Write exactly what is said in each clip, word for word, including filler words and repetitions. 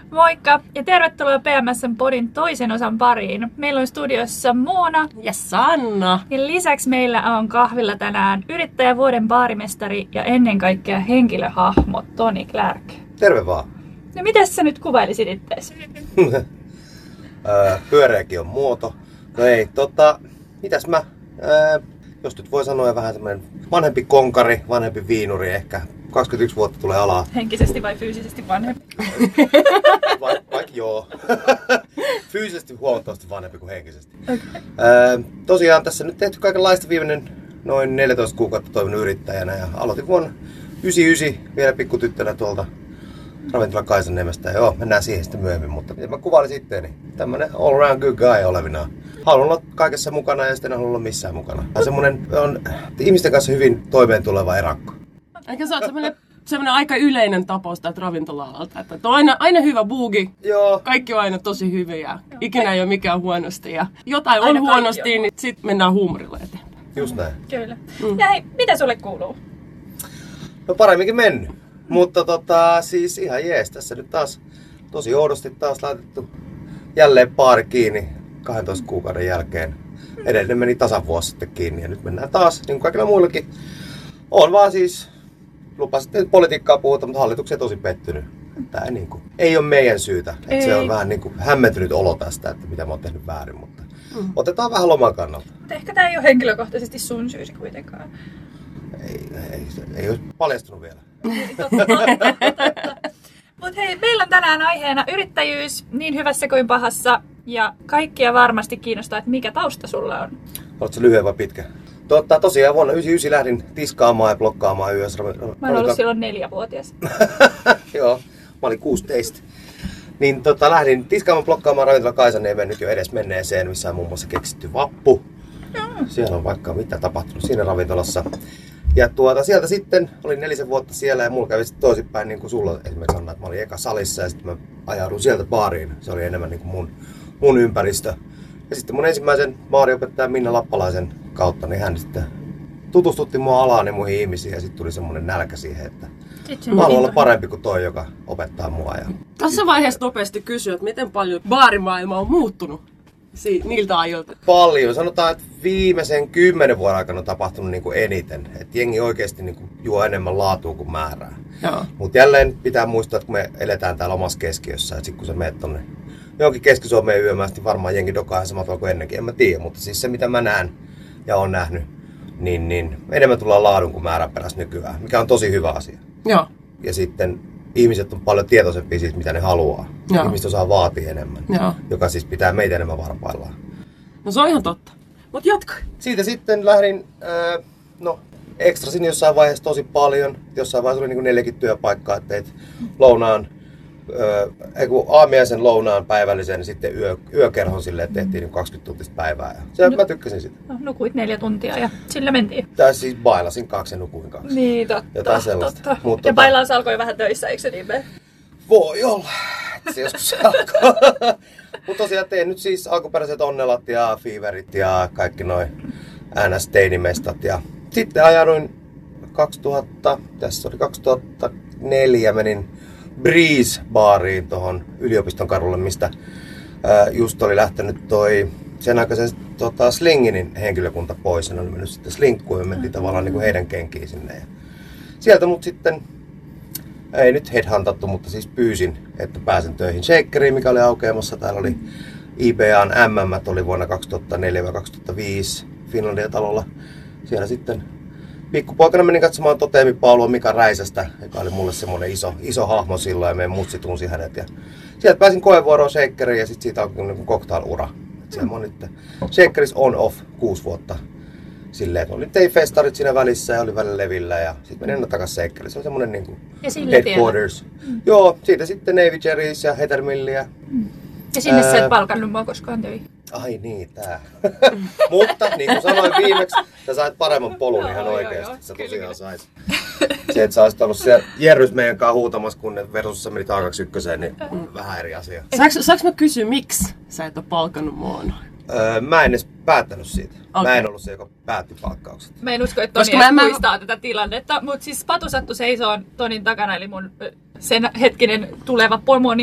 Moikka ja tervetuloa P M S:n podin toisen osan pariin. Meillä on studiossa Moona ja Sanna. Ja lisäksi meillä on kahvilla tänään yrittäjävuoden baarimestari ja ennen kaikkea henkilöhahmo Toni Clark. Terve vaan. No mitäs sä nyt kuvailisit itteesi? Pyöreäkin on muoto. No ei, tota, mitäs mä, ää, jos nyt voi sanoa vähän semmoinen vanhempi konkari, vanhempi viinuri ehkä. kaksikymmentäyksi vuotta tulee alaa. Henkisesti vai fyysisesti vanhempi? Vaik, vaik joo. Fyysisesti huomattavasti vanhempi kuin henkisesti. Okay. Ää, tosiaan tässä nyt tehty kaikenlaista viimeinen noin neljätoista kuukautta toiminut yrittäjänä ja aloitin vuonna yhdeksänkymmentäyhdeksän vielä pikkutyttönä tuolta ravintola Kaisaniemestä. Joo, mennään siihen sitten myöhemmin, mutta mä kuvailisin itteeni. Tämmönen all around good guy olevinaan. Haluan olla kaikessa mukana ja sitten en halua olla missään mukana. Ja semmonen on ihmisten kanssa hyvin toimeen tuleva erakko. Eikä sä oot semmonen, semmonen aika yleinen tapaus täältä ravintola-alalta, että on aina, aina hyvä buugi. Joo. Kaikki on aina tosi hyviä ja ikinä ei ole mikään huonosti ja jotain aina on huonosti, on. Niin sit mennään huumorilla eteenpäin. Just näin. Kyllä. Mm. Ja hei, mitä sulle kuuluu? No paremminkin mennyt. Mutta tota, siis ihan jees, tässä nyt taas tosi oudosti taas laitettu jälleen baari kiinni kahdentoista kuukauden jälkeen. Edellinen meni tasan vuosi sitten kiinni ja nyt mennään taas, niin kuin kaikilla muillakin. On vaan siis, lupasit nyt politiikkaa puhuta, mutta hallituksen tosi pettynyt. Tää ei, niin kuin, ei ole meidän syytä. Että se on vähän niin kuin hämmentynyt olo tästä, että mitä mä oon tehnyt väärin, mutta mm. otetaan vähän loman kannalta. Mutta ehkä tää ei ole henkilökohtaisesti sun syysi kuitenkaan. Ei, ei, ei ole paljastunut vielä. Mutta hei, meillä on tänään aiheena yrittäjyys niin hyvässä kuin pahassa. Ja kaikkia varmasti kiinnostaa, että mikä tausta sulla on. Oletko se lyhyen vai pitkä? Totta, tosiaan vuonna yhdeksänkymmentäyhdeksän lähdin tiskaamaan ja blokkaamaan yhdessä. Mä en ollut silloin neljävuotias. Joo, mä olin kuusitoista. Niin tota, lähdin tiskaamaan blokkaamaan ravintola Kaisaniemen nyt jo edes menneeseen, missä on muun muassa keksitty vappu. Mm. Siellä on vaikka mitä tapahtunut siinä ravintolassa. Ja tuota, sieltä sitten olin nelisen vuotta siellä ja mulla kävi sitten toisinpäin niin kuin sulla esimerkiksi Anna, että mä olin eka salissa ja sitten mä ajaudun sieltä baariin. Se oli enemmän niin kuin mun, mun ympäristö. Ja sitten mun ensimmäisen baariopettajan Minna Lappalaisen kautta, niin hän sitten tutustutti mua alaan ja muihin ihmisiin ja sitten tuli semmoinen nälkä siihen, että mä haluan olla parempi kuin toi, joka opettaa mua. Ja tässä vaiheessa nopeasti kysyä, että miten paljon baarimaailma on muuttunut si- niiltä ajoilta? Paljon. Sanotaan, että viimeisen kymmenen vuoden aikana on tapahtunut niin kuin eniten. Että jengi oikeasti niin kuin juo enemmän laatua kuin määrää. Mutta jälleen pitää muistaa, että kun me eletään täällä omassa keskiössä, että sitten kun sä meet tonne johonkin Keski-Suomeen yömään, niin varmaan jengi dokaa ihan samalla kuin ennenkin, en mä tiedä. Mutta siis se mitä mä näen ja on nähnyt, niin, niin enemmän tullaan laadun kuin määrän perässä nykyään, mikä on tosi hyvä asia. Joo. Ja sitten ihmiset on paljon tietoisempia siitä, mitä ne haluaa. Joo. Ihmiset osaa vaatia enemmän, Joo. joka siis pitää meitä enemmän varpaillaan. No se on ihan totta. Mut jatka. Siitä sitten lähdin, äh, no ekstrasin jossain vaiheessa tosi paljon. Jossain vaiheessa oli niin kuin neljäkin työpaikkaa, että teit lounaan, äh, kun aamiaisen lounaan päivällisen, niin sitten yö, yökerhon silleen, että tehtiin niin kaksikymmentä tuntista päivää. Ja se, no, mä tykkäsin sitä. No, nukuit neljä tuntia ja sillä mentiin. Tai siis bailasin kaksi ja nukuin kaksi. Niin, totta. Jotain sellaista. Totta. Mutta ja bailaus alkoi vähän töissä, eikö se niin mene? Voi olla. Se joskus alkoi. Mutta tosiaan tein nyt siis alkuperäiset onnelat ja feverit ja kaikki noin N S-teinimestat. Ja sitten ajaduin kaksituhatta, tässä oli kaksituhattaneljä, menin Breeze-baariin tuohon yliopiston kadulle, mistä ää, just oli lähtenyt toi sen aikaisen tota, Slinginin henkilökunta pois. Ja ne oli mennyt sitten Slinkkuun ja mentiin tavallaan niin kuin heidän kenkiin sinne. Ja sieltä mut sitten, ei nyt headhuntattu, mutta siis pyysin, että pääsen töihin Shakeriin, mikä oli aukeamassa. Täällä oli I B A:n M M oli vuonna kaksituhattaneljä kaksituhattaviisi Finlandia-talolla. Siellä sitten pikkupoikana menin katsomaan Toteemipaalua Mika Räisästä, joka oli mulle semmoinen iso, iso hahmo silloin ja meidän mutsi tunsi hänet. Ja sieltä pääsin koevuoroon Shakeriin ja sitten siitä alkoi niin cocktail-ura. Siellä mä oon nyt Shakeris on-off kuusi vuotta. Silleen, että olin tein festarit siinä välissä ja oli välillä levillä ja sitten menin takaisin Shakeriin. Se on semmoinen niin kuin headquarters. Mm. Joo, siitä sitten Navy Jerry's ja Hetermillia. Mm. Ja sinne Ää... sä et palkannut mua koskaan töihin. Ai niin, tää. Mutta niin kuin sanoin viimeksi, sä sait paremman polun ihan no, oikeasti. Sä tosiaan sait. Se, että sä olisit ollut siellä Jerrys meidän kanssa huutamassa, kun versus sä menit A kaksikymmentä, niin mm. vähän eri asia. Saanko, saanko mä kysyä, miksi sä et ole palkannut mua? Öö, mä en edes päättänyt siitä. Okay. Mä en ollut se, joka päätti palkkaukset. Mä en usko, että Toni mä, mä... muistaa tätä tilannetta, mutta siis Patu sattui seisoon Tonin takana, eli mun sen hetkinen tuleva pomoni.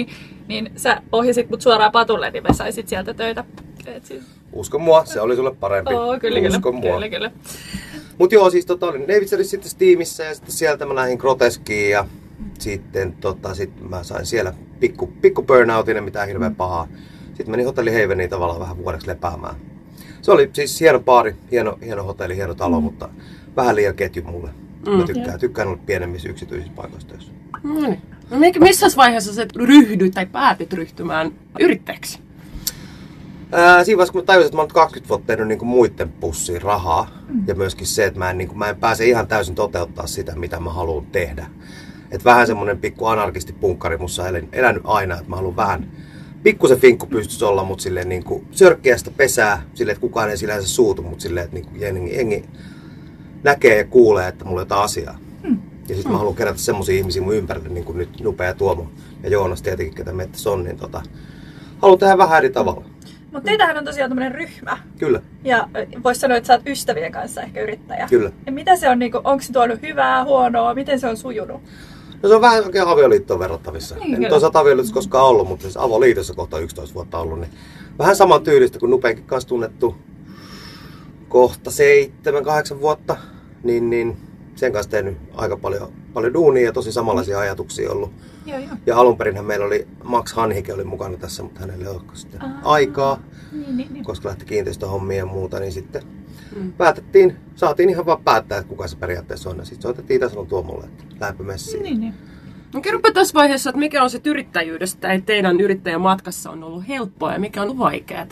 niin sä ohjasit mut suoraan patulle, niin mä saisit sieltä töitä. Et siis... Usko mua, se oli sulle parempi. Oo, kyllä, Usko kyllä, mua. kyllä, kyllä. Mut joo, siis tota, olin Davidsonis sitten Steamissa ja sitten sieltä mä lähdin Groteskiin ja sitten tota, sit mä sain siellä pikku, pikku burnoutin ja mitään hirveän pahaa. Sitten menin Hotelli Haveniin tavallaan vähän vuodeksi lepäämään. Se oli siis hieno baari, hieno, hieno hotelli, hieno talo, mm. mutta vähän liian ketju mulle. Mm. Mä tykkään, tykkään olla pienemmissä yksityisissä paikoissa töissä. No niin. No missä vaiheessa sä ryhdyit tai päätit ryhtymään yrittäjäksi? Ää, siinä vaiheessa kun mä tajusin, että mä oon kaksikymmentä vuotta tehnyt niin kuin muiden pussiin rahaa. Mm. Ja myöskin se, että mä en, niin kuin, mä en pääse ihan täysin toteuttaa sitä, mitä mä haluan tehdä. Et vähän semmonen pikku anarkisti punkkari mussa elin, elänyt aina, että mä haluan vähän pikkusen finkku pystyisi olla, mutta silleen niin kuin sörkkiä sitä pesää, silleen, että kukaan ei silleen se suutu, mutta silleen, että niin kuin jengi, jengi näkee ja kuulee, että mulla on jotain asiaa. Mm. Ja sitten mm. mä haluan kerätä semmosia ihmisiä mun ympärille, niin kuin nyt Nupe ja Tuomo ja Joonas tietenkin, ketä mettässä on, niin tota, haluan tehdä vähän eri tavalla. Mutta teitähän on tosiaan tämmönen ryhmä. Kyllä. Ja vois sanoa, että sä oot ystävien kanssa ehkä yrittäjä. Kyllä. Ja mitä se on, niinku, onko se tuonut hyvää, huonoa, miten se on sujunut? No se on vähän oikein avioliittoon verrattavissa. Niin, en toisaalta avioliitossa koskaan ollut, mutta siis avoliitossa kohta yksitoista vuotta ollut. Niin vähän saman tyylistä kuin Nupenkin kanssa tunnettu kohta seitsemän kahdeksan vuotta. Niin, niin sen kanssa tehnyt aika paljon, paljon duunia ja tosi samanlaisia ajatuksia ollut. Joo, joo. Ja alun perinhän meillä oli, Max Hanhike oli mukana tässä, mutta hänelle ei ole sitten aikaa, niin, niin, niin. koska lähti kiinteistöhommia ja muuta, niin sitten mm. päätettiin, saatiin ihan vaan päättää, että kuka se periaatteessa on. Ja sitten soitettiin Itä-Salon Tuomolle, että lämpö messiin. Niin, niin. No kerropa tässä vaiheessa, että mikä on se yrittäjyydestä, että teidän yrittäjän matkassa on ollut helppoa ja mikä on vaikeaa?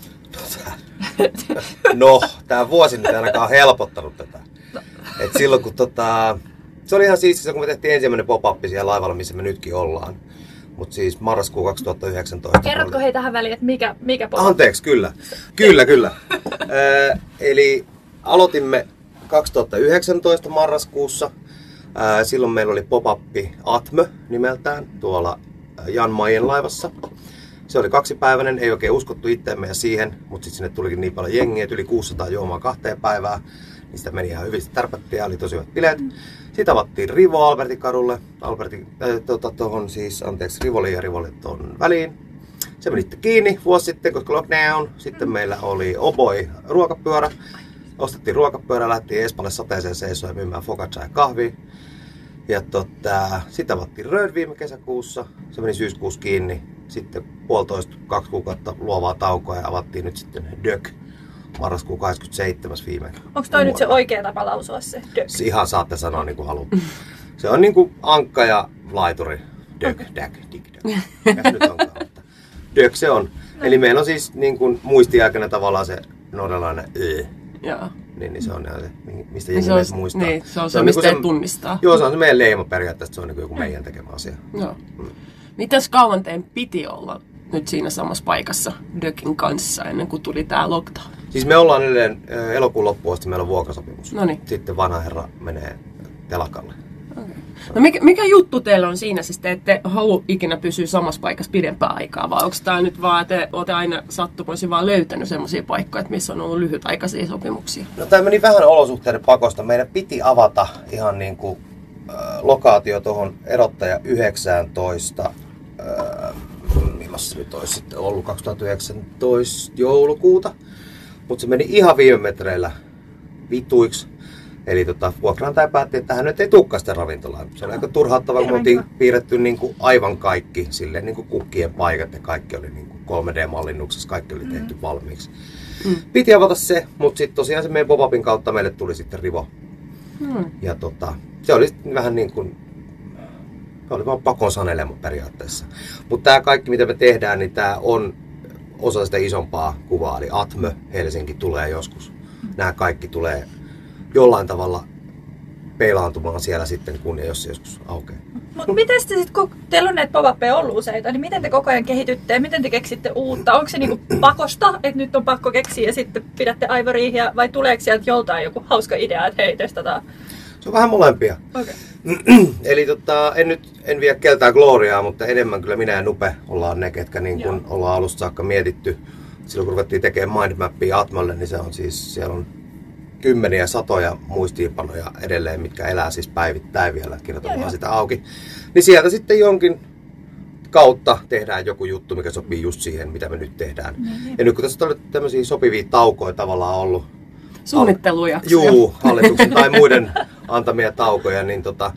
No, tämä vuosi nyt ainakaan helpottanut tätä. Et silloin kun tota, se oli ihan siistissä, kun me tehtiin ensimmäinen pop-up siellä laivalla, missä me nytkin ollaan. Mutta siis marraskuu kaksituhattayhdeksäntoista. Kerrotko oli... hei tähän väliin, että mikä, mikä pop-up? Anteeksi, kyllä. Kyllä, kyllä. äh, eli aloitimme kaksituhattayhdeksäntoista marraskuussa. Äh, silloin meillä oli pop-up Atmö nimeltään tuolla Jan Mayen laivassa. Se oli kaksipäiväinen, ei oikein uskottu itseemme ja siihen, mutta sitten sinne tulikin niin paljon jengiä, että yli kuusisataa juomaa kahteen päivään. Niin sitä meni ihan hyvin, tärpättiin ja oli tosi hyvät bileet. Mm. Sitten avattiin Rivo Albertin kadulle, Albertin, äh, tuota, tohon siis, anteeksi, Rivoli ja Rivoli tuon väliin. Se meni sitten kiinni vuosi sitten, koska lockdown. Sitten mm. meillä oli Oboi ruokapyörä. Ostettiin ruokapyörä, lähdettiin Espalle sateeseen seisoon ja myymään focaccia ja kahvia. Ja tota, sitten avattiin Röd viime kesäkuussa, se meni syyskuussa kiinni. Sitten puolitoista, kaksi kuukautta luovaa taukoa ja avattiin nyt sitten Dök. Marraskuun kahdeskymmenesseitsemäs viime Onko toi nyt se oikea tapa lausua se Dök? Se ihan saatte sanoa niin kuin haluatte. Se on niin kuin ankka ja laituri. Dök, okay. Däk, dik, dök. Mikäs nyt onkaan? Dök se on. No. Eli meillä on siis niin kuin muistiaikana tavallaan se norjalainen ö. Joo. Niin, niin se on se, mistä jengi meitä muistaa. Niin, se on se, se on mistä niin se tunnistaa. Joo, se on se meidän leima periaatteessa, se on niin kuin joku meidän tekemä asia. Joo. Mm. Mitäs kauan teidän piti olla nyt siinä samassa paikassa Dökin kanssa ennen kuin tuli tää lockdown? Siis me ollaan edelleen elokuun loppuun asti, meillä on vuokrasopimus. Noniin. Sitten vanha herra menee telakalle. Okay. No mikä, mikä juttu teillä on siinä? Siis te ette halua ikinä pysyä samassa paikassa pidempää aikaa, vai onko tämä nyt vaan, että te olette aina sattumoisin vaan löytänyt sellaisia paikkoja, että missä on ollut lyhytaikaisia sopimuksia? No tämä meni vähän olosuhteiden pakosta. Meidän piti avata ihan niin kuin äh, lokaatio tuohon erottaja yhdeksäntoista. Äh, milloin se nyt olisi sitten ollut? kaksituhattayhdeksäntoista joulukuuta. Mutta se meni ihan viime metreillä vituiksi. Eli tota, vuokrantaja päätti, että hän nyt ei tulekaan sitä ravintolaan. Se oli aika turhauttavaa, kun me oltiin piirretty niin kuin aivan kaikki, silleen niin kuin kukkien paikat ja kaikki oli niin kuin kolme D-mallinnuksessa, kaikki oli tehty mm. valmiiksi. Mm. Piti avata se, mutta sitten tosiaan se meidän pop-upin kautta meille tuli sitten Rivo. Mm. Ja tota, se oli vähän niin kuin, se oli vaan pakon sanelema periaatteessa. Mutta tämä kaikki, mitä me tehdään, niin tämä on osa sitä isompaa kuvaa. Eli Atmö Helsinki tulee joskus. Nämä kaikki tulee jollain tavalla peilaantumaan siellä sitten, kun ja jos se joskus aukeaa. Mutta miten te sitten, kun teillä on näitä pop-uppeja ollut useita, niin miten te koko ajan kehitytte ja miten te keksitte uutta? Onko se niinku pakosta, että nyt on pakko keksiä ja sitten pidätte aivoriihiä, vai tuleeko sieltä joltain joku hauska idea, että hei, testataan? Se on vähän molempia. Okay. Eli tota, en nyt en vie keltään gloriaa, mutta enemmän kyllä minä ja Nupe ollaan ne, ketkä niin kun ollaan alusta saakka mietitty. Silloin kun ruvettiin tekemään mindmappia Atmolle, niin se on siis, siellä on kymmeniä, satoja muistiinpanoja edelleen, mitkä elää siis päivittäin vielä, kirjoitellaan sitä auki. Niin sieltä sitten jonkin kautta tehdään joku juttu, mikä sopii just siihen, mitä me nyt tehdään. Mm-hmm. Ja nyt kun tässä on tämmöisiä sopivia taukoja tavallaan ollut. Suunnittelujaksoja. Juu, hallituksen tai muiden antamia taukoja, niin tota,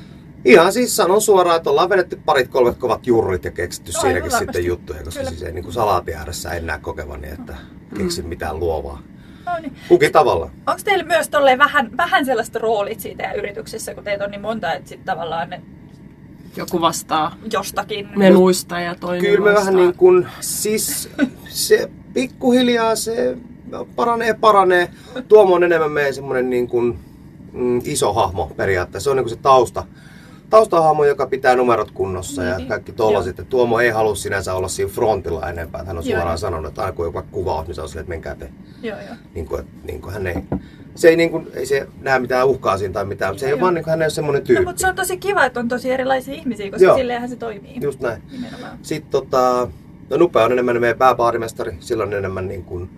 ihan siis sanon suoraan, että ollaan vedetty parit kolmet kovat jurrit ja keksitty no, siinäkin sitten juttuja, koska siis ei niin kuin salaatin ääressä en näe kokevani, että keksin mitään luovaa. No niin. Kukin tavalla. Onko teillä myös tolleen vähän, vähän sellaista roolit siitä ja yrityksessä, kun teitä on niin monta, että sitten tavallaan ne joku vastaa jostakin menuista ja toinen Kyllä me vastaa. vähän niin kuin, siis se pikkuhiljaa se paranee, paranee. Tuomo on enemmän meidän semmoinen niin kuin mm, iso hahmo periaatteessa. Se on niin kuin se tausta. Taustahahmo, joka pitää numerot kunnossa ja kaikki tollaset. Tuomo ei halua sinänsä olla siinä frontilla enempää. Hän on suoraan joo, sanonut, että aina kun joku kuvaus, niin se on silleen, että menkää te. Joo, joo. Niin kuin, niin kuin hän ei, se ei, niin kuin, ei se näe mitään uhkaa siinä tai mitään, se ei ole vaan niin kuin, hän ei ole semmoinen tyyppi. No, mutta se on tosi kiva, että on tosi erilaisia ihmisiä, koska joo, silleenhän se toimii. Just näin. Nimenomaan. Sitten tota, no Nupe on enemmän meidän pääbaarimestari, sillä on enemmän niin kuin,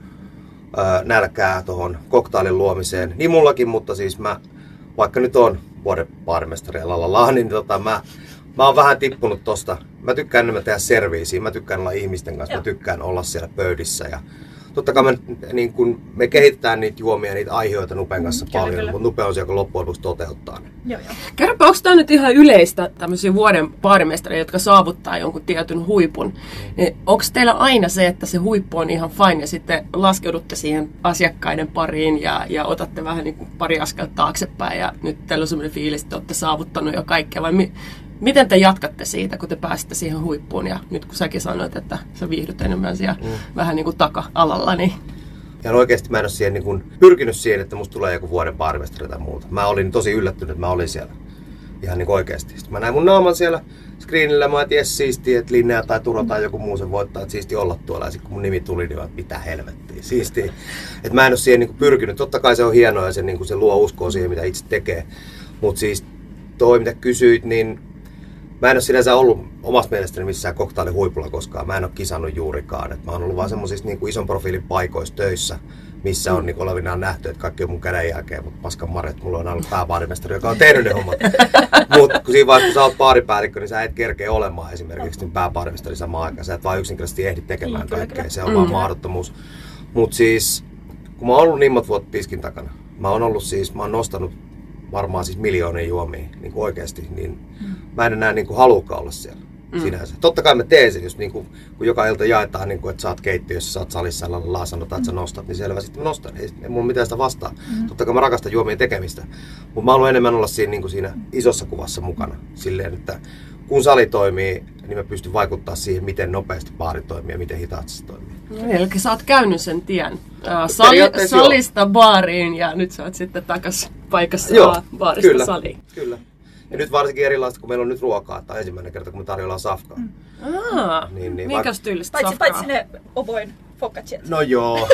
äh, nälkää tuohon koktailin luomiseen. Niin mullakin, mutta siis mä, vaikka nyt on vuoden baarimestari ja lalala, niin tota, mä, mä oon vähän tippunut tosta. Mä tykkään enemmän tehdä serviisiä, mä tykkään olla ihmisten kanssa, joo, mä tykkään olla siellä pöydissä. Ja totta kai me, niin kun, me kehitetään niitä juomia, niitä aiheita Nupen kanssa mm, paljon, kyllä, mutta Nupe on se, joka loppujen lopuksi toteuttaa ne. Joo, joo. Kerropa, onko tämä nyt ihan yleistä tämmöisiä vuoden baarimestareja, jotka saavuttaa jonkun tietyn huipun? Mm. Niin onko teillä aina se, että se huippu on ihan fine ja sitten laskeudutte siihen asiakkaiden pariin ja, ja otatte vähän niin kuin pari askelta taaksepäin ja nyt teillä on semmoinen fiilis, että olette saavuttanut jo kaikkea vai mi- miten te jatkatte siitä, kun te pääsitte siihen huippuun ja nyt kun säkin sanoit, että sä viihdyt enemmän siellä mm. vähän niin kuin taka-alalla, niin ja oikeasti mä en ole siihen, niin kuin, pyrkinyt siihen, että musta tulee joku vuoden baarimestari tai muuta. Mä olin tosi yllättynyt, että mä olin siellä. Ihan niin kuin oikeasti. Sitten mä näin mun naaman siellä screenillä, mä ajattelin, että siistiä, että Linnea tai Turo tai joku muu sen voittaa, että siistiä olla tuolla. Ja sitten kun mun nimi tuli, niin mä mitä helvettiä, siistiä. Että mä en ole siihen niin kuin pyrkinyt. Totta kai se on hienoa ja se, niin kuin se luo uskoa siihen, mitä itse tekee. Mutta siis toi, mitä kysyit, niin mä en ole sinänsä ollut omasta mielestäni missään koktailin huipulla koskaan. Mä en ole kisannut juurikaan. Et mä oon ollut vaan semmoisissa niin kuin ison profiilin paikoissa töissä, missä on niin kuin olevinaan nähty, että kaikki on mun käden jälkeen. Mutta paskan marjat, mulla on ollut pääbaarimestari, joka on tehnyt ne hommat. Mutta kun siinä vaiheessa, kun sä oot baaripäällikkö, niin sä et kerkeä olemaan esimerkiksi niin pääbaarimestari samaan aikaan. Sä et vaan yksinkertaisesti ehdi tekemään kaikkea. Se on mm. vaan mahdottomuus. Mutta siis, kun mä oon ollut niin monta vuotta tiskin takana, mä oon ollut siis, mä oon nostanut varmaan siis miljoonia juomia niin kuin oikeasti, niin mm. mä en enää niin kuin haluukaan olla siellä mm. sinänsä. Totta kai mä teen sen, jos niin kuin, kun joka ilta jaetaan, niin kuin, että sä oot keittiössä, sä oot salissa ja lalala, sanotaan, että sä nostat, niin selvä, sitten mä nostan. Ei, ei mulla mitään sitä vastaa. Mm. Totta kai mä rakastan juomien tekemistä, mutta mä haluan enemmän olla siinä, niin kuin siinä isossa kuvassa mukana. Silleen, että kun sali toimii, niin mä pystyn vaikuttamaan siihen, miten nopeasti baari toimii ja miten hitaasti se toimii. No, eli sä oot käynyt sen tien uh, sali, salista joo. baariin ja nyt sä oot sitten takas paikassa joo, baarista kyllä, saliin. Kyllä. Ja nyt varsinkin erilaista, kun meillä on nyt ruokaa. Tämä on ensimmäinen kerta, kun me tarjoillaan safkaa. Mm. Aa, niin, niin, minkäs tyylistä paitsi, safkaa? Paitsi ne ovoin focacciat. No joo.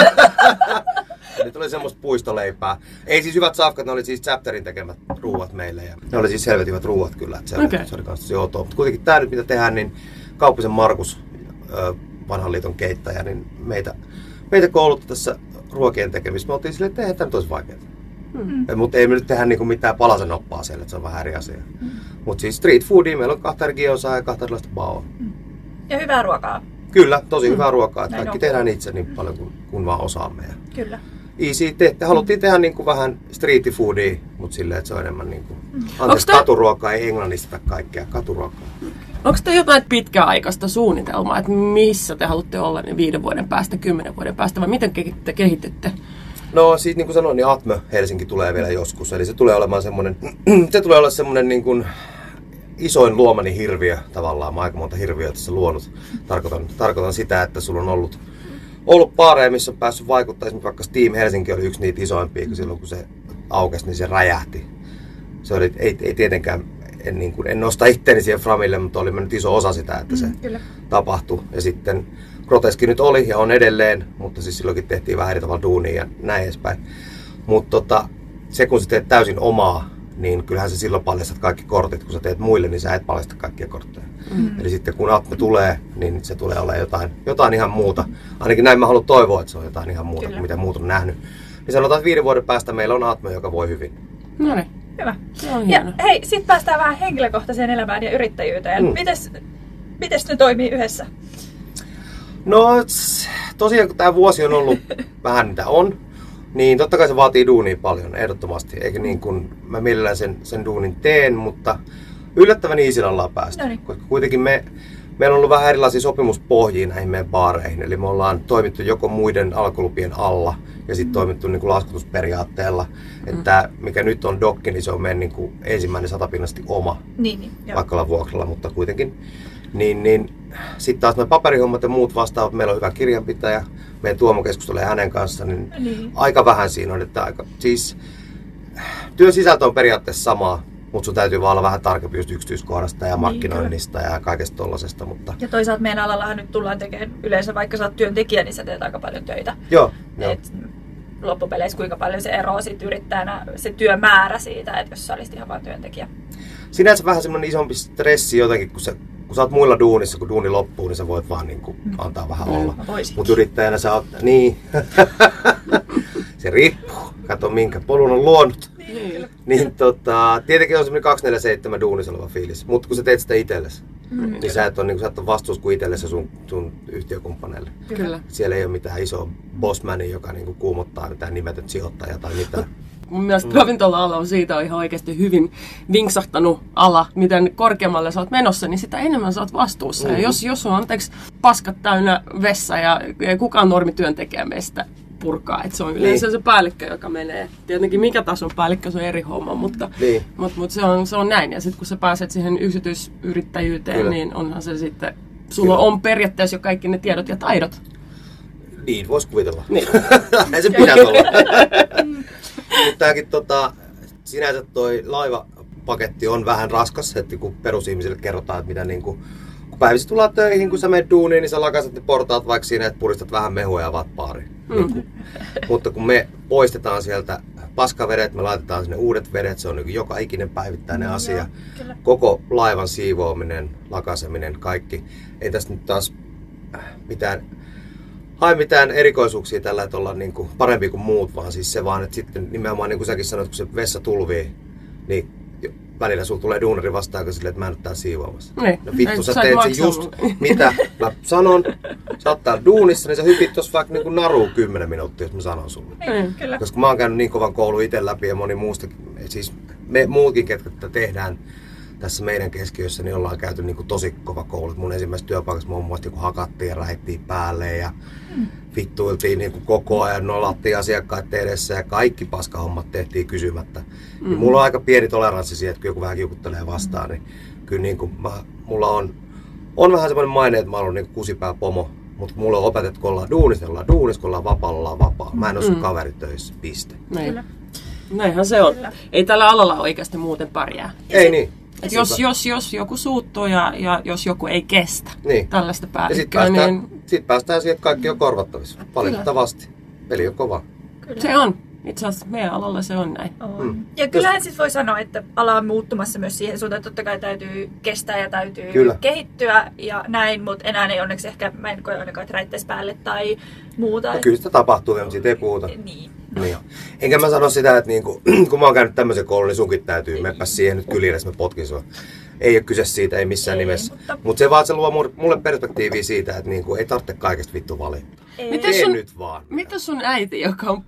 Ne tuli semmoista puistoleipää. Ei siis hyvät safkat, ne oli siis Chapterin tekemät ruuat meille. Ja ne oli siis helvetivät ruuat kyllä. Että se, okay. oli, se oli kanssa tosi outoa. Mutta kuitenkin tämä nyt mitä tehdään, niin Kauppisen Markus, vanhan liiton keittäjä, niin meitä, meitä koulutti tässä ruokien tekemistä. Me oltiin silleen, että eihän tämä nyt olisi vaikeaa. Mm. Mutta ei me nyt tehdä niinku mitään palasen oppaa siellä, että se on vähän eri asia. Mm. Mutta siis street foodia, meillä on kahta eri giosaa ja kahta erilaista baoa. Mm. Ja hyvää ruokaa. Kyllä, tosi mm. hyvää ruokaa. Että kaikki on. Tehdään itse niin paljon kuin, kuin vaan osaamme. Ja kyllä. Easy, te, te haluttiin tehdä niinku vähän street foodia, mutta silleen, että se on enemmän niinku, mm. anteeksi, te... katuruokaa, ei englannisteta kaikkea, katuruokaa. Onko te jotain pitkäaikaista suunnitelmaa, että missä te haluatte olla niin viiden vuoden päästä, kymmenen vuoden päästä, vai miten te kehitytte? No siitä niin kuin sanoin, niin Atmö Helsinki tulee vielä joskus, eli se tulee olemaan semmoinen, se tulee olla semmoinen niin kuin isoin luomani hirviö tavallaan, mä aika monta hirviöä tässä luonut. Tarkoitan, tarkoitan sitä, että sulla on ollut, ollut baareja, missä on päässyt vaikuttaa, esimerkiksi vaikka Steam Helsinki oli yksi niitä isoimpia, kun silloin kun se aukesi, niin se räjähti. Se oli, ei, ei tietenkään, en, niin kuin, en nosta itteeni siihen framille, mutta oli mennyt iso osa sitä, että se mm, tapahtui. Ja sitten Groteski nyt oli ja on edelleen, mutta siis silloinkin tehtiin vähän eri tavalla duunia ja näin edespäin. Mutta tota, se kun sä teet täysin omaa, niin kyllähän sä silloin paljastat kaikki kortit. Kun sä teet muille, niin sä et paljasta kaikkia kortteja. Mm. Eli sitten kun Atme tulee, niin se tulee olemaan jotain, jotain ihan muuta. Ainakin näin mä haluan toivoa, että se on jotain ihan muuta kuin mitä muut on nähnyt. Niin sanotaan, että viiden vuoden päästä meillä on Atme, joka voi hyvin. No niin. Hyvä. Ja hei, sit päästään vähän henkilökohtaiseen elämään ja yrittäjyyteen. Mm. Mites miten ne toimii yhdessä? No tosiaan kun tämä vuosi on ollut vähän mitä on, niin totta kai se vaatii duunia paljon, ehdottomasti. Eikä niin kuin mä mielellään sen, sen duunin teen, mutta yllättävän easyllä ollaan päästy. Noniin. Koska kuitenkin me, meillä on ollut vähän erilaisia sopimuspohjia näihin meidän baareihin. Eli me ollaan toimittu joko muiden alkolupien alla ja sitten toimittu niin kuin laskutusperiaatteella. Mm. Että mikä nyt on dokki, niin se on meidän niin kuin ensimmäinen satapinnasti oma, niin, niin, vaikka ollaan vuokralla, mutta kuitenkin. Niin, niin, sitten taas nämä paperihommat ja muut vastaavat, meillä on hyvä kirjanpitäjä, meidän Tuomo keskustelee hänen kanssa, niin, niin aika vähän siinä on. Että aika, siis, työn sisältö on periaatteessa samaa, mutta sun täytyy vaan olla vähän tarkempi just yksityiskohdasta ja markkinoinnista niin, ja kaikesta tollasesta. Mutta... Ja toisaalta meidän alallahan nyt tullaan tekemään yleensä, vaikka sä oot työntekijä, niin sä teet aika paljon töitä. Joo. Jo. Et loppupeleissä kuinka paljon se eroaa sit yrittäjänä, se työmäärä siitä, että jos sä olisit ihan vaan työntekijä. Sinänsä vähän semmoinen isompi stressi jotenkin, kun sä kun sä oot muilla duunissa, kun duuni loppuu, niin sä voit vaan niin kuin antaa vähän mm. olla. Mutta yrittäjänä sä oot, niin, se riippuu. Kato minkä polun on luonut. Niin, niin tota, tietenkin on semmoinen kaksikymmentäneljä seitsemän duunissa oleva fiilis, mutta kun sä teet sitä itsellesi, mm. niin sä et ole, niin sä et ole vastuus kuin itsellesi sun, sun yhtiökumppaneille. Kyllä. Siellä ei ole mitään isoa bossmania, joka niin kuin kuumottaa mitään nimetön sijoittaja tai mitään. Mun mielestä mm. ravintola-ala on siitä on ihan oikeasti hyvin vinksahtanut ala. Miten korkeammalle sä oot menossa, niin sitä enemmän sä oot vastuussa. Mm. Ja jos, jos on anteeksi paskat täynnä vessa ja kukaan normityöntekijä meistä purkaa. Et se on yleensä niin se päällikkö, joka menee. Tietenkin mikä tason päällikkö, se on eri homma, mutta, niin. mutta, mutta se, on, se on näin. Ja sitten kun sä pääset siihen yksityisyrittäjyyteen, Kyllä. niin onhan se sitten, sulla Kyllä. on periaatteessa jo kaikki ne tiedot ja taidot. Niin, vois kuvitella. Niin. Näin se pitäisi olla. Mutta tämäkin tota, sinänsä toi laivapaketti on vähän raskas, että kun perusihmisille kerrotaan, että mitä niinku, kun päivisin tullaan töihin, kun sä menet duuniin, niin sä lakasat ne portaat vaikka siinä, että puristat vähän mehua ja avaat baariin. Mm. Niin mutta kun me poistetaan sieltä paskavedet, me laitetaan sinne uudet vedet, se on niin joka ikinen päivittäinen mm, asia. Joo, koko laivan siivoaminen, lakaseminen, kaikki. Ei tästä nyt taas mitään... hae mitään erikoisuuksia tällä, että ollaan niin kuin parempi kuin muut, vaan siis se vaan, että sitten nimenomaan niin kuin säkin sanoit, kun se vessa tulvii, niin välillä sulla tulee duunari vastaan silleen, että mä en ole täällä siivoamassa. Niin. No vittu, sä teet sen just mitä mä sanon, sä oot täällä duunissa, niin sä hypit tossa vaikka niin kuin naruun kymmenen minuuttia, jos mä sanon sulle. Niin, kyllä. Koska mä oon käynyt niin kovan koulun itse läpi ja moni muustakin, siis me muutkin, ketkä tätä tehdään tässä meidän keskiössä, niin ollaan käyty niin kuin tosi kova koulu. Mun ensimmäisessä työpaikassa muun muassa niin hakattiin ja rähittiin päälle ja mm. vittuiltiin niin kuin koko ajan, nolattiin asiakkaat edessä ja kaikki paskahommat tehtiin kysymättä. Mm. Niin mulla on aika pieni toleranssi siihen, että kun joku vähän kiukuttelee vastaan, niin kyllä niin kuin mä, mulla on, on vähän semmoinen maine, että mä oon niin kuin kusipää pomo. Mutta mulla on opetettu, kun ollaan duunissa, ollaan duunissa, kun ollaan vapaalla, ollaan vapaa. Mä en ole sun mm. kaveri töissä, piste. Näin. Näinhän se on. Kyllä. Ei tällä alalla oikeasti muuten pärjää. Ei niin. Et jos, jos, jos joku suuttuu ja, ja jos joku ei kestä niin tällaista päällikköä, ja sitten päästään, niin... sit päästään siihen, että kaikki on korvattavissa. Valitettavasti. Peli on kova. Kyllä. Se on. Itse asiassa meidän alalla se on näin. On. Mm. Ja kyllähän siis voi sanoa, että ala on muuttumassa myös siihen suuntaan, että totta kai täytyy kestää ja täytyy Kyllä. kehittyä ja näin, mutta enää ei onneksi ehkä, mä en koe ainakaan, että räittäisi päälle tai muuta. No, kyllä sitä tapahtuu, mutta siitä ei puhuta. Niin. Niin. Enkä mä sano sitä, että niinku, kun mä oon käynyt tämmöisen koulun, niin sunkin täytyy. Meppä siihen nyt kylille, että mä potkin sua. Ei ole kyse siitä, ei missään ei, nimessä. Mutta Mut se vaan se luo mulle perspektiiviä siitä, että niinku, ei tarvitse kaikesta vittu valittaa. Miten sun, nyt vaan. Mitä sun äiti, joka on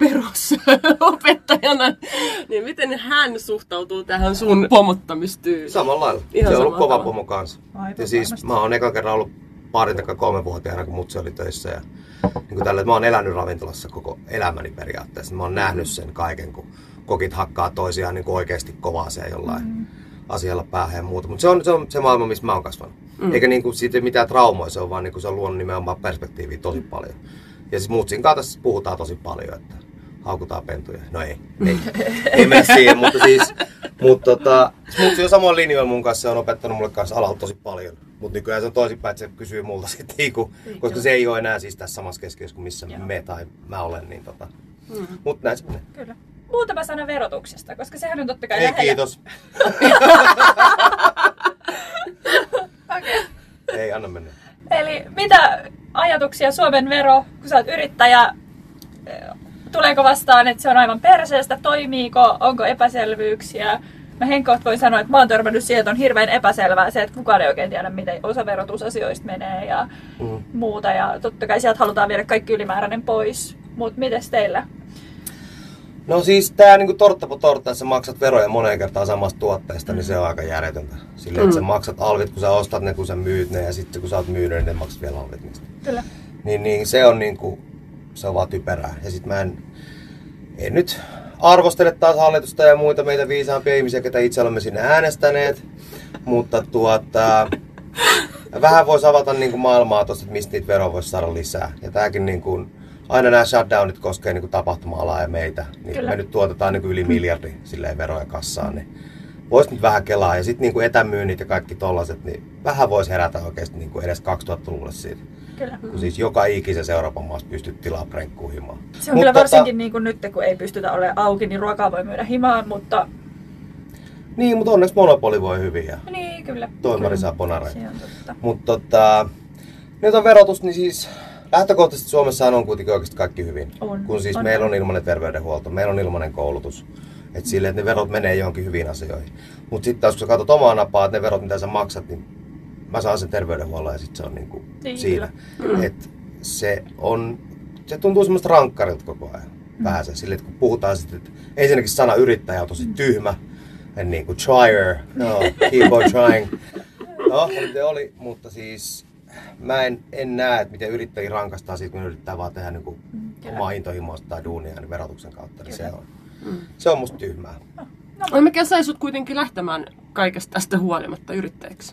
perusopettajana, niin miten hän suhtautuu tähän sun pomottamistyyn? Samalla lailla. Ihan se on ollut kova pomo kanssa. Ja siis mä oon ekan kerran ollut parin takaa kolmevuotiaana, kun mutsi oli töissä. Ja, niin tällä, mä oon elänyt ravintolassa koko elämäni periaatteessa. Mä oon nähnyt sen kaiken, kun kokit hakkaa toisiaan niin oikeasti kovaa se jollain mm. asialla päähän ja muuta. Mutta se on, se on se maailma, missä mä oon kasvanut. Mm. Eikä niin kuin, siitä mitään traumoja, se on vaan niin kuin, se on luonut nimenomaan perspektiiviä tosi paljon. Ja siis mutsin kanssa puhutaan tosi paljon, että haukutaan pentuja. No ei, ei, ei mene siihen, mutta siis mutta tota, mutsi on samoin linjoilla mun kanssa, se on opettanut mulle kanssa alalta tosi paljon. Mutta nykyään se on toisinpäin, että se kysyy multa sitten, niinku, koska se ei ole enää siis tässä samassa keskiössä kuin missä Joo. me tai mä olen. Niin tota. mm. Mutta näin se menee. Kyllä. Muutama sana verotuksesta, koska sehän on totta kai ei, lähellä. Kiitos. Okay. Ei, anna mennä. Eli mitä ajatuksia Suomen vero, kun sä oot yrittäjä, tuleeko vastaan, että se on aivan perseestä, toimiiko, onko epäselvyyksiä, mä henkkoht voin sanoa, että mä oon törmännyt siihen, että on hirveän epäselvää se, että kukaan ei oikein tiedä, miten osa verotusasioista menee ja mm. muuta. Ja totta kai sieltä halutaan viedä kaikki ylimääräinen pois. Mutta mites teillä? No siis tää niinku tortta po tortta, että sä maksat veroja moneen kertaan samasta tuotteesta, mm. niin se on aika järjetöntä. Silleen, että mm. sä maksat alvit, kun sä ostat ne, kun sä myyt ne, ja sitten kun sä oot myynyt, niin ne maksat vielä alvit niistä. Kyllä. Niin, niin se on niinku, se on vaan typerää. Ja sit mä en, en nyt arvostele taas hallitusta ja muita meitä viisaampia ihmisiä, ketä itse olemme sinne äänestäneet. Mutta tuota, vähän voisi avata niinku maailmaa tosta, että mistä niitä veroja voisi saada lisää. Ja tääkin niinku, aina nämä shutdownit koskee niinku tapahtuma-alaa ja meitä. Niin me nyt tuotetaan niinku yli miljardi silleen veroja kassaan. Niin vois nyt vähän kelaa. Ja sit niinku etämyynnit ja kaikki tollaset, niin vähän voisi herätä oikeesti niinku edes kaksituhattaluvulle siitä. Kyllä. Kun siis joka ikisessä Euroopan maassa pystyt tilaa prenkkuu himaan. Se on Mut kyllä tota, varsinkin niin kuin nyt, kun ei pystytä olemaan auki, niin ruokaa voi myydä himaan, mutta... Niin, mutta onneksi monopoli voi hyvin ja niin, kyllä. toimari saa bonareita. Mutta tota, nyt on verotus, niin siis lähtökohtaisesti Suomessahan on kuitenkin oikeasti kaikki hyvin. On, kun siis on, meillä on ilmainen terveydenhuolto, meillä on ilmainen koulutus. Että silleen, että ne verot menee johonkin hyviin asioihin. Mutta sitten kun sä katsot omaa napaa, että ne verot mitä sä maksat, niin mä saan sen terveydenhuollon ja sitten se on niinku niin, siinä. Mm. Et se, on, se tuntuu semmoista rankkarilta koko ajan. Mm. Vähän se. Silleen, että kun puhutaan sitten, että ensinnäkin sana yrittäjä on tosi tyhmä. Ja niin kuin tryer, no, keep on trying. No, oli oli, mutta siis mä en, en näe, että miten yrittäjiä rankastaa siitä, kun ne yrittää vaan tehdä niinku mm, omaa intohimoista tai duunia niin verotuksen kautta. Niin se on, mm. se on musta tyhmää. No, no, mikä sai sut kuitenkin lähtemään kaikesta tästä huolimatta yrittäjäksi?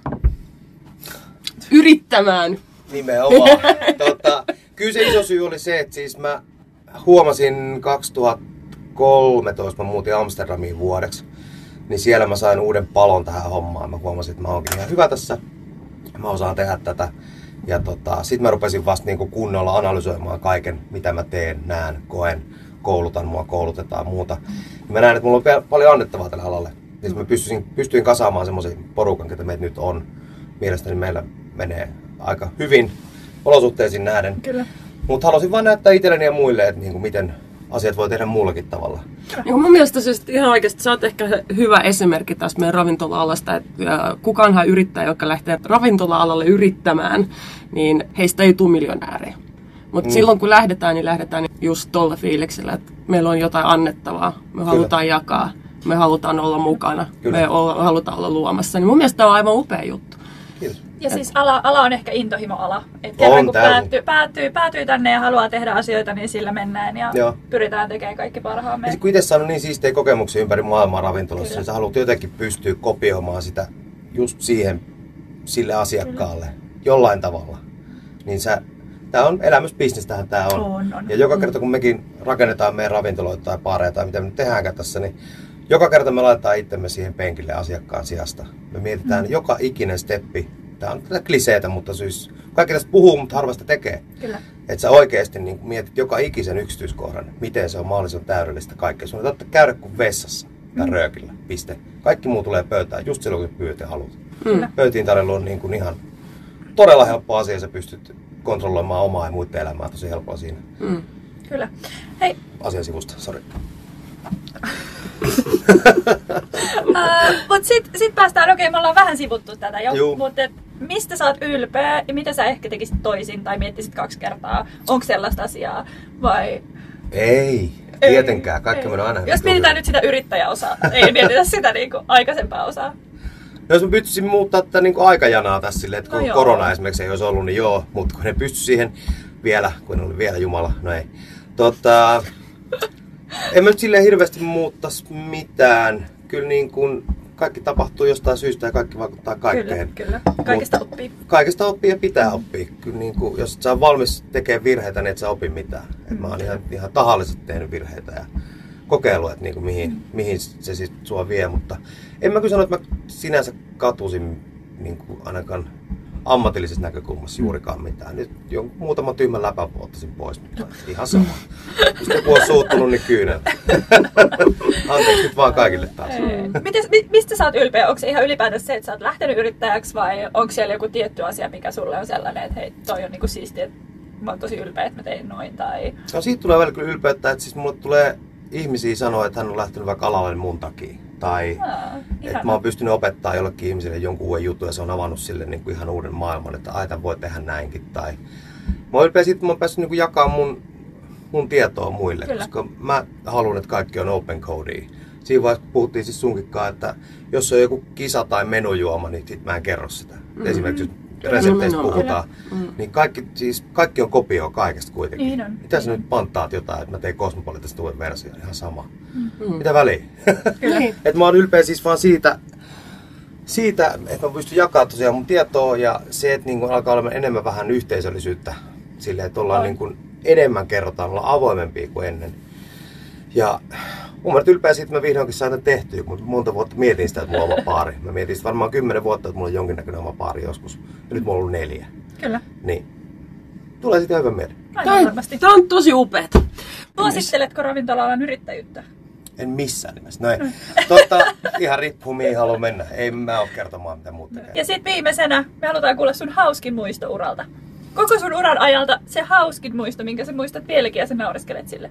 Yrittämään! Nimenomaan. tota, kyllä se iso syy oli se, että siis mä huomasin kaksituhattakolmetoista, mä muutin Amsterdamiin vuodeksi. Niin siellä mä sain uuden palon tähän hommaan. Mä huomasin, että mä oonkin ihan hyvä tässä. Mä osaan tehdä tätä. Ja tota, sit mä rupesin vasta niinku kunnolla analysoimaan kaiken, mitä mä teen, näen, koen, koulutan, mua koulutetaan muuta. Ja mä näen, että mulla on paljon annettavaa tälle alalle. Ja mä pystyin, pystyin kasaamaan semmoisen porukan, ketä meitä nyt on. Mielestäni meillä menee aika hyvin olosuhteisiin nähden. Kyllä. Mutta halusin vaan näyttää itselleni ja muille, että niinku miten asiat voi tehdä muullakin tavalla. Ja mun mielestä siis ihan oikeasti sä oot ehkä hyvä esimerkki tästä meidän ravintola-alasta, että kukaanhan yrittäjä, joka lähtee ravintola-alalle yrittämään, niin heistä ei tule miljonäärejä. Mutta mm. silloin kun lähdetään, niin lähdetään just tuolla fiiliksellä, että meillä on jotain annettavaa, me Kyllä. halutaan jakaa, me halutaan olla mukana, Kyllä. me olla, halutaan olla luomassa. Niin mun mielestä tämä on aivan upea juttu. Kiitos. Ja siis ala, ala on ehkä intohimoala. Et kerran kun päätyy, päätyy, päätyy tänne ja haluaa tehdä asioita, niin sillä mennään ja Joo. pyritään tekemään kaikki parhaamme. Ja kun itse saanut niin siistejä kokemuksia ympäri maailmaa ravintolassa, niin sä haluat jotenkin pystyä kopioimaan sitä just siihen, sille asiakkaalle Kyllä. jollain tavalla. Niin sä, tää on elämysbisnestähän tää on. on, on. Ja joka kerta kun mekin rakennetaan meidän ravintoloita tai baareja tai mitä me nyt tehdäänkään tässä, niin joka kerta me laitetaan itsemme siihen penkille asiakkaan sijasta. Me mietitään mm. joka ikinen steppi. Tämä on tätä kliseetä, mutta siis kaikki tästä puhuu, mutta harvasta tekee. Kyllä. Että sä oikeasti niin mietit joka ikisen yksityiskohdan, miten se on mahdollisimman täydellistä kaikkea. Sun ei tarvitse käydä kuin vessassa tai mm. röökillä, piste. Kaikki muu tulee pöytään just silloin, kun pyydät ja haluat. Mm. Pöytiin tarjolla on niin kuin ihan todella helppo asia, sä pystyt kontrolloimaan omaa ja muiden elämää tosi helpolla siinä. Mm. Kyllä. Hei. Asian sivusta, sori. uh, mutta sitten sit päästään, okei okay, me ollaan vähän sivuttu tätä jo, mutta mistä sä oot ylpeä ja mitä sä ehkä tekisit toisin tai miettisit kaksi kertaa? Onko sellaista asiaa vai? Ei, tietenkään. Kaikki menee aina. Jos mietitään nyt sitä yrittäjäosaa, ei mietitä sitä niinku aikaisempaa osaa. No jos mä pystyisin muuttaa tätä niinku aikajanaa tässä silleen, että kun no korona esimerkiksi ei olisi ollut, niin joo, mutta kun ne pysty siihen vielä, kun ne oli vielä Jumala, no ei. Tota, en mä nyt silleen hirveästi muuttaisi mitään. Kyllä niin kuin kaikki tapahtuu jostain syystä ja kaikki vaikuttaa kaikkeen. Kyllä, kyllä. Kaikesta Mut oppii. Kaikesta oppii ja pitää mm. oppia. Kyllä niin kuin, jos et sä on valmis tekemään virheitä, niin et sä opi mitään. Mm. Et mä oon ihan, ihan tahallisesti tehnyt virheitä ja kokeillut, että niin kuin mihin, mm. mihin se sit sua vie. Mutta en mä kyllä sano, että mä sinänsä katusin niin kuin ainakaan ammatillisessa näkökulmassa juurikaan mitään. Nyt jo muutama tyhmän läpän ottaisin pois, mutta ihan sama. Jos joku on suuttunut, niin kyynel. Anteeksi nyt vaan kaikille taas. Mites, mistä sä oot ylpeä? Onko se ihan ylipäätänsä se, että sä oot lähtenyt yrittäjäksi vai onko siellä joku tietty asia, mikä sulle on sellainen, että hei, toi on niinku siistiä, että mä oon tosi ylpeä, että mä tein noin? Tai... No siitä tulee välillä kyllä ylpeyttä, että siis mulle tulee ihmisiä sanoa, että hän on lähtenyt vaikka alalle mun takia. tai Aa, että mä oon pystynyt opettaa jollekin ihmiselle jonkun uuden jutun ja se on avannut sille niin kuin ihan uuden maailman, että ai tämän voi tehdä näinkin. Tai mä oon ylpeä siitä, että mä oon päässyt niin kuin jakamaan mun, mun tietoa muille, Kyllä. koska mä haluan, että kaikki on open codea. Siinä vaiheessa puhuttiin siis sunkinkaan, että jos on joku kisa tai menujuoma, niin sit mä en kerro sitä. Mm-hmm. Esimerkiksi jos resepteistä puhutaan, mm-hmm. niin kaikki, siis, kaikki on kopio kaikesta kuitenkin. Niin on. Mitä sä nyt pantaat jotain, että mä tein Cosmopolitasta uuden version, ihan sama. Mm-hmm. Mitä väliä? Että mä oon ylpeä siis vaan siitä, siitä, että mä pystyn jakamaan tosiaan mun tietoa ja se, että niin alkaa olla enemmän vähän yhteisöllisyyttä silleen, että ollaan niin kuin enemmän kerrotaan, ollaan avoimempia kuin ennen. Ja mä oon ylpeä siitä, että mä vihdoinkin sain tämän tehtyä, mutta monta vuotta mietin sitä, että mulla on oma paari. Mä mietin sitä varmaan kymmenen vuotta, että mulla on jonkinnäköinen oma paari joskus. Ja nyt mulla on ollut neljä. Kyllä. Niin. Tulee sitten hyvä mieli. Aivan varmasti. Tämä on tosi upeeta. Suositteletko ravintola-alan yrittäjyyttä? En missään nimessä. No ei. Totta, ihan riippuu mihin haluan mennä. Ei mä oo kertomaan mitä muuta tekee. Ja sitten viimeisenä me halutaan kuulla sun hauskin muisto uralta. Koko sun uran ajalta se hauskin muisto, minkä sä muistat vieläkin ja sä naureskelet sille.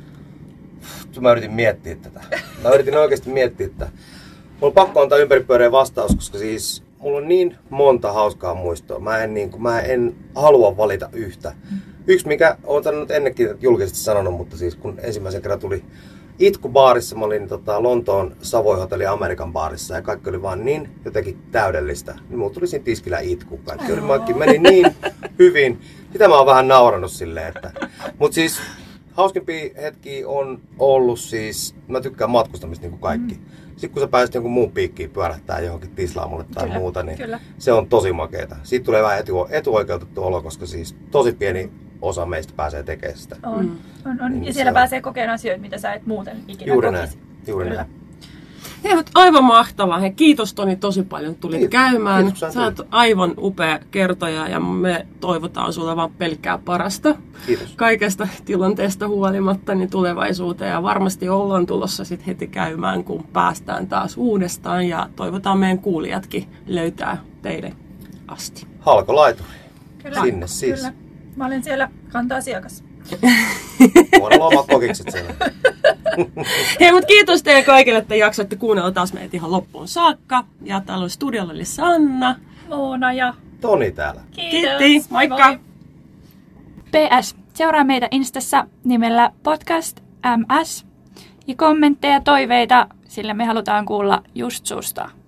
Mä yritin miettiä tätä. Mä yritin oikeasti miettiä tätä. Mulla on pakko antaa ympäripyöreä vastaus, koska siis mulla on niin monta hauskaa muistoa. Mä en, niin kuin, mä en halua valita yhtä. Yksi, mikä olen sanonut ennenkin julkisesti sanonut, mutta siis kun ensimmäisen kerran tuli itku baarissa, mä olin tota, Lontoon Savoy Hotelli Amerikan baarissa ja kaikki oli vaan niin jotenkin täydellistä. Niin mulla tuli siinä tiskillä itku. Kaikki oli, kaikki meni niin hyvin. Sitä mä oon vähän naurannut silleen, että... Mut siis... Hauskimpia hetkiä on ollut siis, mä tykkään matkustamista niin kuin kaikki. Mm. Sitten kun sä pääset jonkun muun piikkiin pyörähtää johonkin tislaamulle tai kyllä, muuta, niin kyllä. Se on tosi makeeta. Siitä tulee vähän etu, etuoikeutettu olo, koska siis tosi pieni osa meistä pääsee tekemään sitä. On, mm. on, on. Niin ja siellä on. Pääsee kokemaan asioita, mitä sä et muuten ikinä juuri kokisi. Näin, juuri näin. Hei, aivan mahtavaa. Hei, kiitos Toni tosi paljon, tulit kiitos. käymään. Kiitos, sä oot aivan upea kertoja ja me toivotaan sulle vaan pelkkää parasta. Kiitos. Kaikesta tilanteesta huolimatta niin tulevaisuuteen ja varmasti ollaan tulossa sit heti käymään, kun päästään taas uudestaan ja toivotaan meidän kuulijatkin löytää teille asti. Halkolaituri. Kyllä. Sinne siis. Kyllä. Mä olen siellä kanta-asiakas. Voidaan olla omat kokikset siellä. Hei, mutta kiitos teille kaikille, että jaksoitte kuunnella taas meitä ihan loppuun saakka. Ja täällä oli studiolla oli Sanna. Moona ja Toni täällä. Kiitos. Kiitti. Moikka. Moi moi. P S. Seuraa meitä Instassa nimellä podcast M S. Ja kommentteja ja toiveita, sillä me halutaan kuulla just susta.